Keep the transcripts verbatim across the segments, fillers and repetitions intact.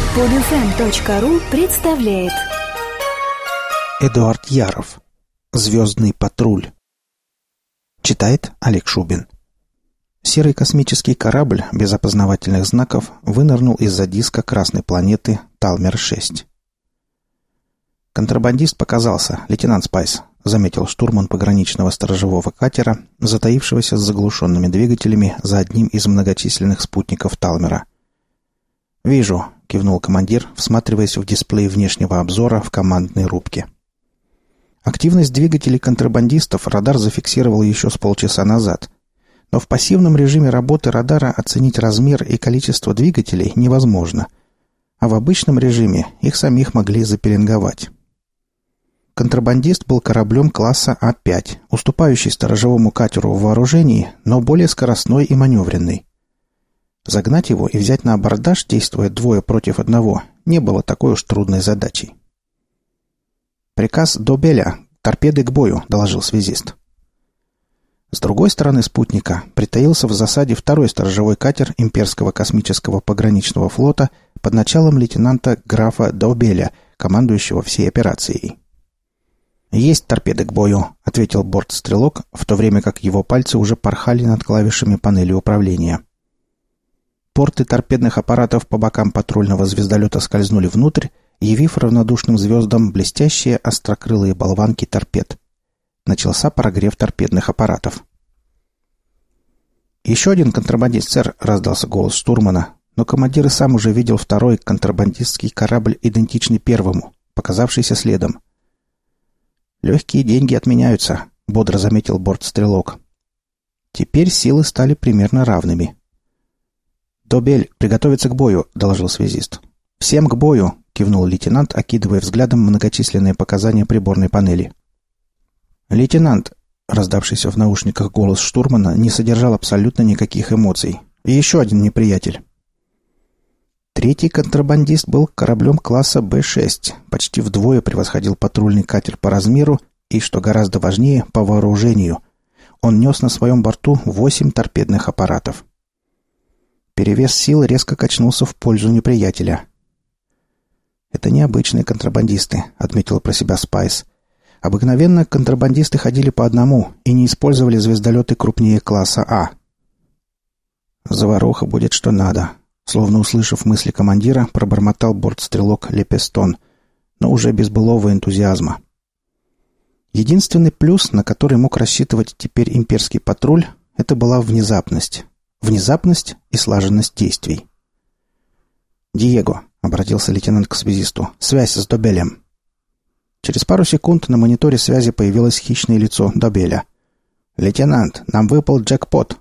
Подфм точка ру представляет Эдуард Яров. «Звездный патруль». Читает Олег Шубин. Серый космический корабль без опознавательных знаков вынырнул из-за диска красной планеты Талмер шесть. «Контрабандист показался, лейтенант Спайс», — заметил штурман пограничного сторожевого катера, затаившегося с заглушенными двигателями за одним из многочисленных спутников Талмера. «Вижу», — кивнул командир, всматриваясь в дисплей внешнего обзора в командной рубке. Активность двигателей контрабандистов радар зафиксировал еще с полчаса назад, но в пассивном режиме работы радара оценить размер и количество двигателей невозможно, а в обычном режиме их самих могли запеленговать. Контрабандист был кораблем класса А пять, уступающий сторожевому катеру в вооружении, но более скоростной и маневренный. Загнать его и взять на абордаж, действуя двое против одного, не было такой уж трудной задачей. «Приказ Добеля. Торпеды к бою», — доложил связист. С другой стороны спутника притаился в засаде второй сторожевой катер имперского космического пограничного флота под началом лейтенанта графа Добеля, командующего всей операцией. «Есть торпеды к бою», — ответил бортстрелок, в то время как его пальцы уже порхали над клавишами панели управления. Порты торпедных аппаратов по бокам патрульного звездолета скользнули внутрь, явив равнодушным звездам блестящие острокрылые болванки торпед. Начался прогрев торпедных аппаратов. «Еще один контрабандист, сэр», — раздался голос штурмана, но командир и сам уже видел второй контрабандистский корабль, идентичный первому, показавшийся следом. «Легкие деньги отменяются», — бодро заметил бортстрелок. Теперь силы стали примерно равными. «Добель, приготовиться к бою», — доложил связист. «Всем к бою», — кивнул лейтенант, окидывая взглядом многочисленные показания приборной панели. «Лейтенант», — раздавшийся в наушниках голос штурмана, не содержал абсолютно никаких эмоций. «И еще один неприятель». Третий контрабандист был кораблем класса Бэ шесть, почти вдвое превосходил патрульный катер по размеру и, что гораздо важнее, по вооружению. Он нес на своем борту восемь торпедных аппаратов. Перевес сил резко качнулся в пользу неприятеля. «Это необычные контрабандисты», — отметил про себя Спайс. «Обыкновенно контрабандисты ходили по одному и не использовали звездолеты крупнее класса А». «Заваруха будет что надо», — словно услышав мысли командира, пробормотал бортстрелок Лепестон, но уже без былого энтузиазма. Единственный плюс, на который мог рассчитывать теперь имперский патруль, это была внезапность. Внезапность и слаженность действий. «Диего», — обратился лейтенант к связисту, — «связь с Добелем». Через пару секунд на мониторе связи появилось хищное лицо Добеля. «Лейтенант, нам выпал джекпот».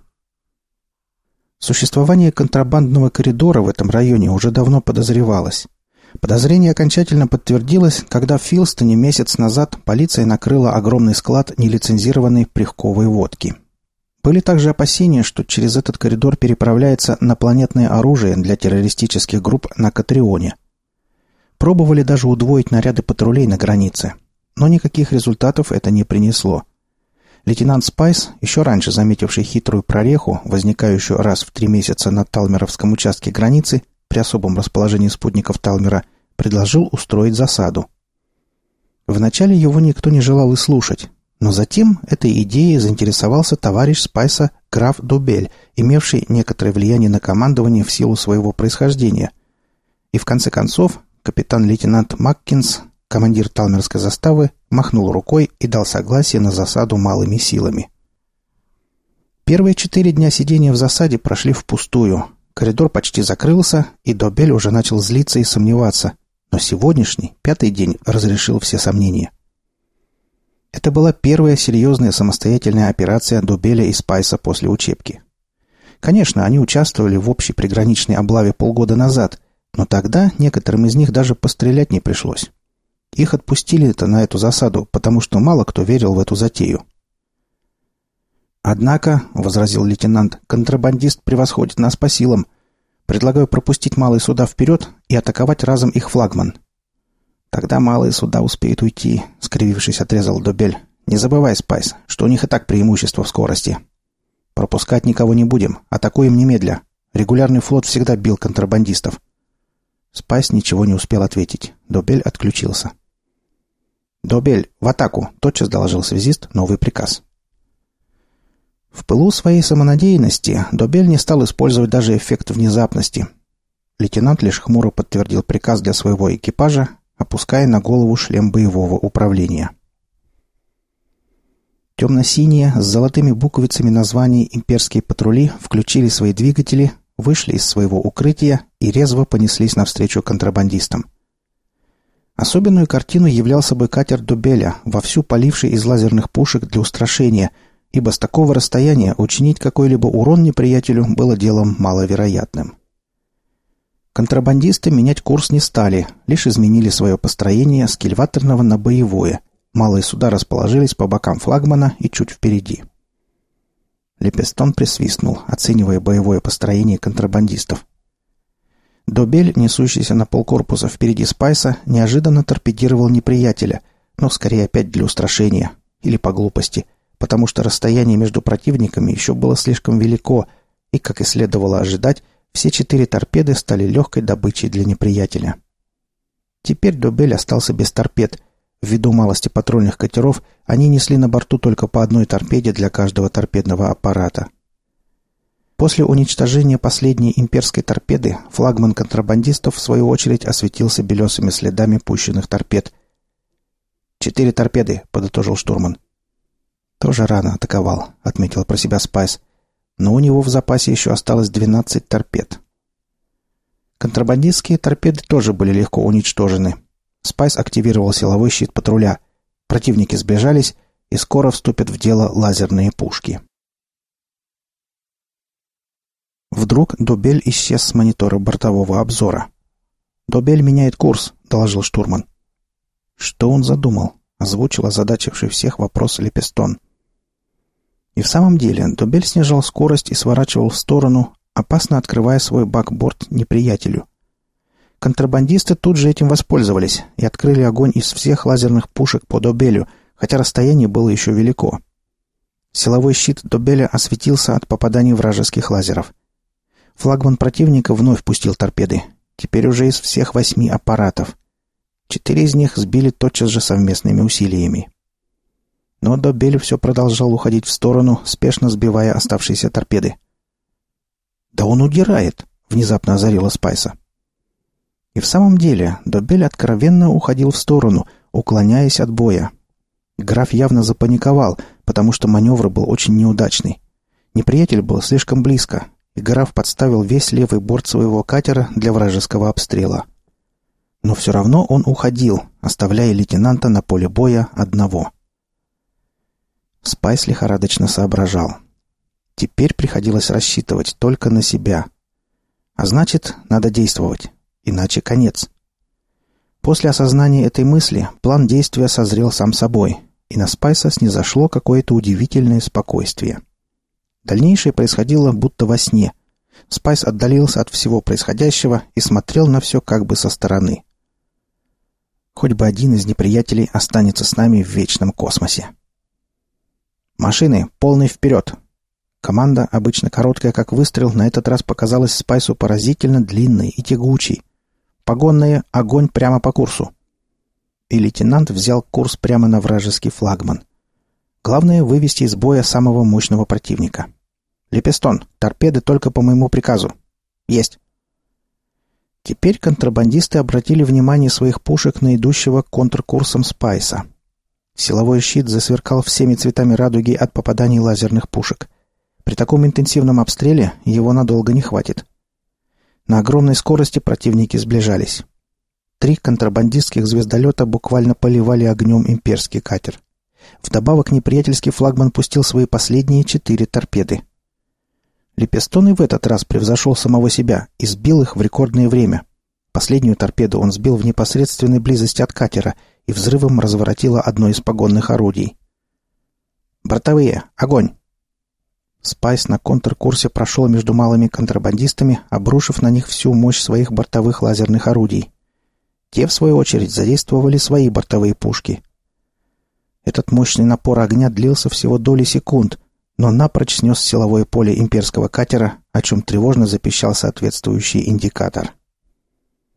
Существование контрабандного коридора в этом районе уже давно подозревалось. Подозрение окончательно подтвердилось, когда в Филстоне месяц назад полиция накрыла огромный склад нелицензированной прихковой водки. Были также опасения, что через этот коридор переправляется инопланетное оружие для террористических групп на Катрионе. Пробовали даже удвоить наряды патрулей на границе, но никаких результатов это не принесло. Лейтенант Спайс, еще раньше заметивший хитрую прореху, возникающую раз в три месяца на Талмеровском участке границы при особом расположении спутников Талмера, предложил устроить засаду. Вначале его никто не желал и слушать. Но затем этой идеей заинтересовался товарищ Спайса граф Добель, имевший некоторое влияние на командование в силу своего происхождения. И в конце концов капитан-лейтенант Маккинс, командир талмерской заставы, махнул рукой и дал согласие на засаду малыми силами. Первые четыре дня сидения в засаде прошли впустую. Коридор почти закрылся, и Добель уже начал злиться и сомневаться. Но сегодняшний, пятый день, разрешил все сомнения. Это была первая серьезная самостоятельная операция Добеля и Спайса после учебки. Конечно, они участвовали в общей приграничной облаве полгода назад, но тогда некоторым из них даже пострелять не пришлось. Их отпустили-то на эту засаду, потому что мало кто верил в эту затею. «Однако», — возразил лейтенант, — «контрабандист превосходит нас по силам. Предлагаю пропустить малые суда вперед и атаковать разом их флагман». «Тогда малые суда успеют уйти», — скривившись, отрезал Добель. «Не забывай, Спайс, что у них и так преимущество в скорости. Пропускать никого не будем, атакуем немедля. Регулярный флот всегда бил контрабандистов». Спайс ничего не успел ответить. Добель отключился. «Добель, в атаку!» — тотчас доложил связист новый приказ. В пылу своей самонадеянности Добель не стал использовать даже эффект внезапности. Лейтенант лишь хмуро подтвердил приказ для своего экипажа, опуская на голову шлем боевого управления. Темно-синие с золотыми буквицами названий имперские патрули включили свои двигатели, вышли из своего укрытия и резво понеслись навстречу контрабандистам. Особенную картину являл собой катер Добеля, вовсю поливший из лазерных пушек для устрашения, ибо с такого расстояния учинить какой-либо урон неприятелю было делом маловероятным. Контрабандисты менять курс не стали, лишь изменили свое построение с кильваторного на боевое. Малые суда расположились по бокам флагмана и чуть впереди. Лепестон присвистнул, оценивая боевое построение контрабандистов. Добель, несущийся на полкорпуса впереди Спайса, неожиданно торпедировал неприятеля, но скорее опять для устрашения или по глупости, потому что расстояние между противниками еще было слишком велико, и, как и следовало ожидать, все четыре торпеды стали легкой добычей для неприятеля. Теперь Добель остался без торпед. Ввиду малости патрульных катеров, они несли на борту только по одной торпеде для каждого торпедного аппарата. После уничтожения последней имперской торпеды флагман контрабандистов в свою очередь осветился белесыми следами пущенных торпед. «Четыре торпеды», — подытожил штурман. «Тоже рано атаковал», — отметил про себя Спайс. «Но у него в запасе еще осталось двенадцать торпед». Контрабандистские торпеды тоже были легко уничтожены. Спайс активировал силовой щит патруля. Противники сближались, и скоро вступят в дело лазерные пушки. Вдруг Добель исчез с монитора бортового обзора. «Добель меняет курс», — доложил штурман. «Что он задумал?» — озвучил озадачивший всех вопрос Лепестон. И в самом деле Добель снижал скорость и сворачивал в сторону, опасно открывая свой бакборд неприятелю. Контрабандисты тут же этим воспользовались и открыли огонь из всех лазерных пушек по Добелю, хотя расстояние было еще велико. Силовой щит Добеля осветился от попаданий вражеских лазеров. Флагман противника вновь пустил торпеды, теперь уже из всех восьми аппаратов. Четыре из них сбили тотчас же совместными усилиями. Но Добель все продолжал уходить в сторону, спешно сбивая оставшиеся торпеды. «Да он удирает!» — внезапно озарило Спайса. И в самом деле Добель откровенно уходил в сторону, уклоняясь от боя. Граф явно запаниковал, потому что маневр был очень неудачный. Неприятель был слишком близко, и граф подставил весь левый борт своего катера для вражеского обстрела. Но все равно он уходил, оставляя лейтенанта на поле боя одного. Спайс лихорадочно соображал. Теперь приходилось рассчитывать только на себя. А значит, надо действовать, иначе конец. После осознания этой мысли план действия созрел сам собой, и на Спайса снизошло какое-то удивительное спокойствие. Дальнейшее происходило будто во сне. Спайс отдалился от всего происходящего и смотрел на все как бы со стороны. Хоть бы один из неприятелей останется с нами в вечном космосе. «Машины, полный вперед!» Команда, обычно короткая как выстрел, на этот раз показалась Спайсу поразительно длинной и тягучей. Погонные — огонь прямо по курсу. И лейтенант взял курс прямо на вражеский флагман. Главное — вывести из боя самого мощного противника. «Лепестон, торпеды только по моему приказу». «Есть». Теперь контрабандисты обратили внимание своих пушек на идущего контркурсом Спайса. Силовой щит засверкал всеми цветами радуги от попаданий лазерных пушек. При таком интенсивном обстреле его надолго не хватит. На огромной скорости противники сближались. Три контрабандистских звездолета буквально поливали огнем имперский катер. Вдобавок неприятельский флагман пустил свои последние четыре торпеды. Лепестон и в этот раз превзошел самого себя и сбил их в рекордное время. Последнюю торпеду он сбил в непосредственной близости от катера и взрывом разворотило одно из погонных орудий. «Бортовые! Огонь!» Спайс на контркурсе прошел между малыми контрабандистами, обрушив на них всю мощь своих бортовых лазерных орудий. Те, в свою очередь, задействовали свои бортовые пушки. Этот мощный напор огня длился всего доли секунд, но напрочь снес силовое поле имперского катера, о чем тревожно запищал соответствующий индикатор.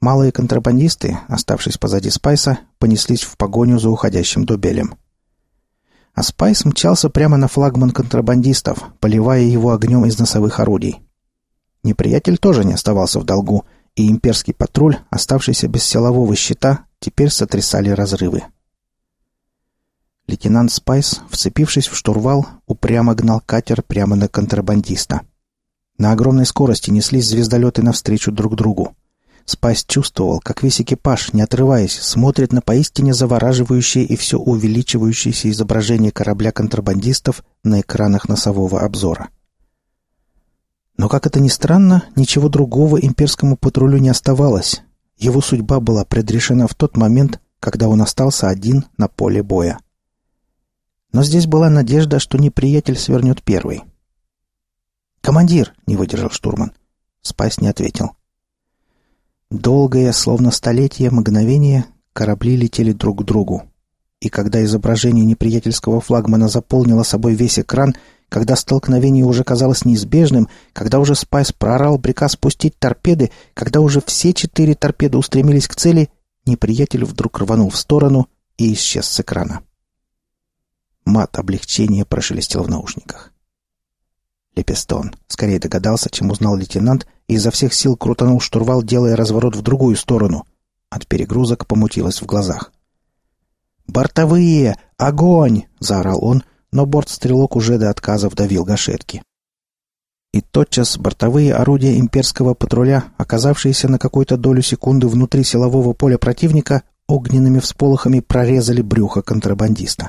Малые контрабандисты, оставшись позади Спайса, понеслись в погоню за уходящим Добелем. А Спайс мчался прямо на флагман контрабандистов, поливая его огнем из носовых орудий. Неприятель тоже не оставался в долгу, и имперский патруль, оставшийся без силового щита, теперь сотрясали разрывы. Лейтенант Спайс, вцепившись в штурвал, упрямо гнал катер прямо на контрабандиста. На огромной скорости неслись звездолеты навстречу друг другу. Спайс чувствовал, как весь экипаж, не отрываясь, смотрит на поистине завораживающее и все увеличивающееся изображение корабля контрабандистов на экранах носового обзора. Но, как это ни странно, ничего другого имперскому патрулю не оставалось. Его судьба была предрешена в тот момент, когда он остался один на поле боя. Но здесь была надежда, что неприятель свернет первый. «Командир!» — не выдержал штурман. Спайс не ответил. Долгое, словно столетие, мгновение корабли летели друг к другу. И когда изображение неприятельского флагмана заполнило собой весь экран, когда столкновение уже казалось неизбежным, когда уже Спайс проорал приказ спустить торпеды, когда уже все четыре торпеды устремились к цели, неприятель вдруг рванул в сторону и исчез с экрана. Мат облегчения прошелестел в наушниках. Лепестон скорее догадался, чем узнал лейтенант, и изо всех сил крутанул штурвал, делая разворот в другую сторону. От перегрузок помутилось в глазах. «Бортовые! Огонь!» — заорал он, но бортстрелок уже до отказа вдавил гашетки. И тотчас бортовые орудия имперского патруля, оказавшиеся на какую-то долю секунды внутри силового поля противника, огненными всполохами прорезали брюхо контрабандиста.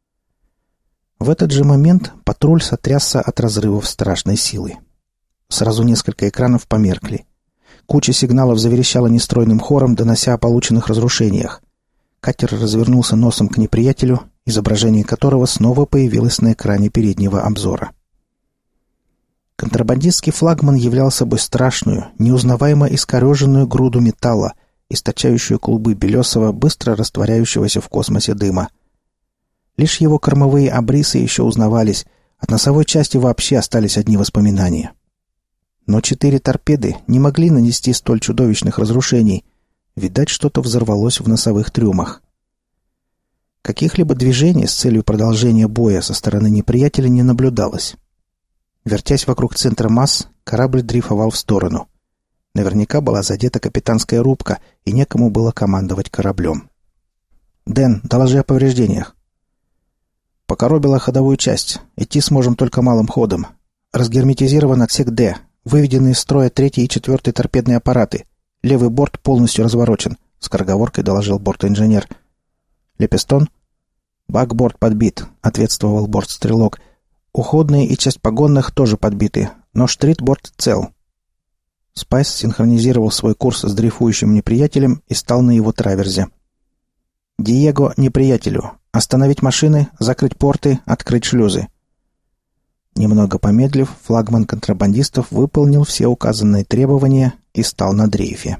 В этот же момент патруль сотрясся от разрывов страшной силы. Сразу несколько экранов померкли. Куча сигналов заверещала нестройным хором, донося о полученных разрушениях. Катер развернулся носом к неприятелю, изображение которого снова появилось на экране переднего обзора. Контрабандистский флагман являл собой страшную, неузнаваемо искореженную груду металла, источающую клубы белесого, быстро растворяющегося в космосе дыма. Лишь его кормовые обрисы еще узнавались, от носовой части вообще остались одни воспоминания. Но четыре торпеды не могли нанести столь чудовищных разрушений. Видать, что-то взорвалось в носовых трюмах. Каких-либо движений с целью продолжения боя со стороны неприятеля не наблюдалось. Вертясь вокруг центра масс, корабль дрейфовал в сторону. Наверняка была задета капитанская рубка, и некому было командовать кораблем. «Дэн, доложи о повреждениях». «Покоробило ходовую часть. Идти сможем только малым ходом. Разгерметизирован отсек «Д». Выведены из строя третий и четвертый торпедные аппараты. Левый борт полностью разворочен», — скороговоркой доложил бортинженер. «Лепестон?» «Бакборд подбит», — ответствовал бортстрелок. «Уходные и часть погонных тоже подбиты, но штритборд цел». Спайс синхронизировал свой курс с дрейфующим неприятелем и стал на его траверзе. «Диего неприятелю. Остановить машины, закрыть порты, открыть шлюзы». Немного помедлив, флагман контрабандистов выполнил все указанные требования и стал на дрейфе.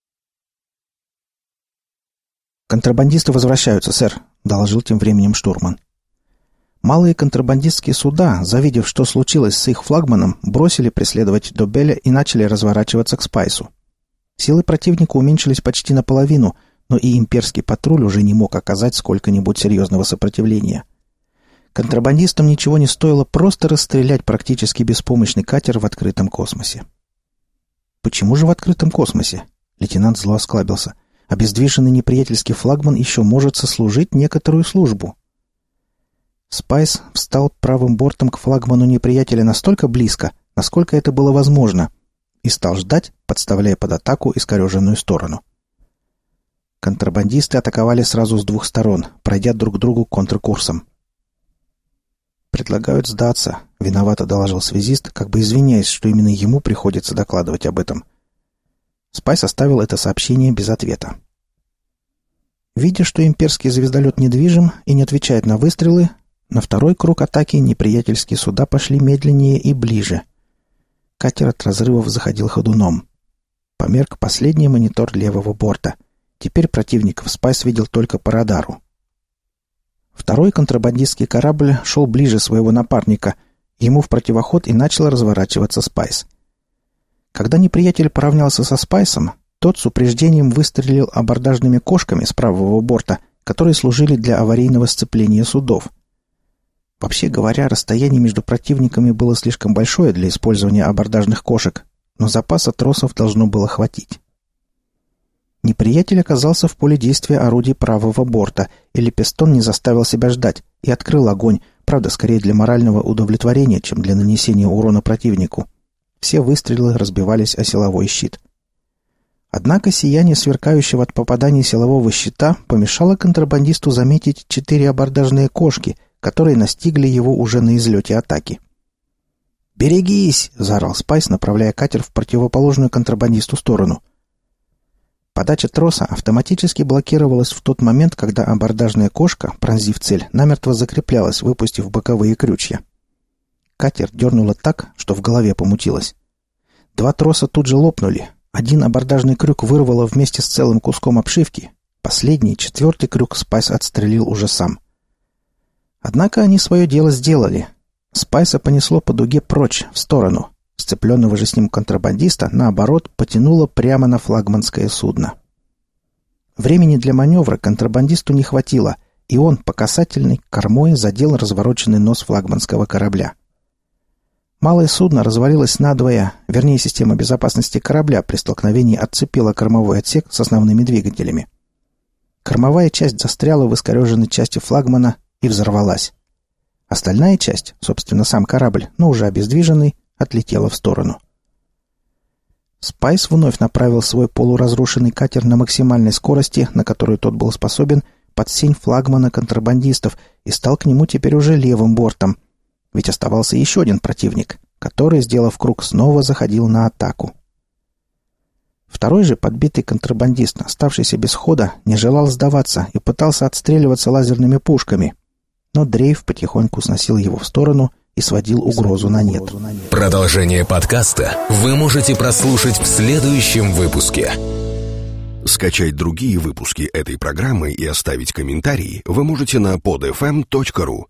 «Контрабандисты возвращаются, сэр», — доложил тем временем штурман. Малые контрабандистские суда, завидев, что случилось с их флагманом, бросили преследовать Добеля и начали разворачиваться к Спайсу. Силы противника уменьшились почти наполовину, но и имперский патруль уже не мог оказать сколько-нибудь серьезного сопротивления. Контрабандистам ничего не стоило просто расстрелять практически беспомощный катер в открытом космосе. «Почему же в открытом космосе?» Лейтенант зло осклабился. «Обездвиженный неприятельский флагман еще может сослужить некоторую службу». Спайс встал правым бортом к флагману неприятеля настолько близко, насколько это было возможно, и стал ждать, подставляя под атаку искореженную сторону. Контрабандисты атаковали сразу с двух сторон, пройдя друг другу контркурсом. «Предлагают сдаться», — виновато доложил связист, как бы извиняясь, что именно ему приходится докладывать об этом. Спайс оставил это сообщение без ответа. Видя, что имперский звездолет недвижим и не отвечает на выстрелы, на второй круг атаки неприятельские суда пошли медленнее и ближе. Катер от разрывов заходил ходуном. Померк последний монитор левого борта. Теперь противников Спайс видел только по радару. Второй контрабандистский корабль шел ближе своего напарника, ему в противоход и начал разворачиваться Спайс. Когда неприятель поравнялся со Спайсом, Тот с упреждением выстрелил абордажными кошками с правого борта, которые служили для аварийного сцепления судов. Вообще говоря, расстояние между противниками было слишком большое для использования абордажных кошек, но запаса тросов должно было хватить. Неприятель оказался в поле действия орудий правого борта, и Лепестон не заставил себя ждать и открыл огонь, правда, скорее для морального удовлетворения, чем для нанесения урона противнику. Все выстрелы разбивались о силовой щит. Однако сияние сверкающего от попаданий силового щита помешало контрабандисту заметить четыре абордажные кошки, которые настигли его уже на излете атаки. «Берегись!» — заорал Спайс, направляя катер в противоположную контрабандисту сторону. Подача троса автоматически блокировалась в тот момент, когда абордажная кошка, пронзив цель, намертво закреплялась, выпустив боковые крючья. Катер дернуло так, что в голове помутилось. Два троса тут же лопнули. Один абордажный крюк вырвало вместе с целым куском обшивки. Последний, четвертый крюк Спайс отстрелил уже сам. Однако они свое дело сделали. Спайса понесло по дуге прочь, в сторону. Сцепленного же с ним контрабандиста, наоборот, потянуло прямо на флагманское судно. Времени для маневра контрабандисту не хватило, и он по касательной кормой задел развороченный нос флагманского корабля. Малое судно развалилось надвое, вернее, система безопасности корабля при столкновении отцепила кормовой отсек с основными двигателями. Кормовая часть застряла в искореженной части флагмана и взорвалась. Остальная часть, собственно, сам корабль, но уже обездвиженный, отлетела в сторону. Спайс вновь направил свой полуразрушенный катер на максимальной скорости, на которую тот был способен, под сень флагмана контрабандистов и стал к нему теперь уже левым бортом, ведь оставался еще один противник, который, сделав круг, снова заходил на атаку. Второй же подбитый контрабандист, оставшийся без хода, не желал сдаваться и пытался отстреливаться лазерными пушками, но дрейф потихоньку сносил его в сторону и сводил угрозу на нет. Продолжение подкаста вы можете прослушать в следующем выпуске. Скачать другие выпуски этой программы и оставить комментарии вы можете на под эф эм точка ру.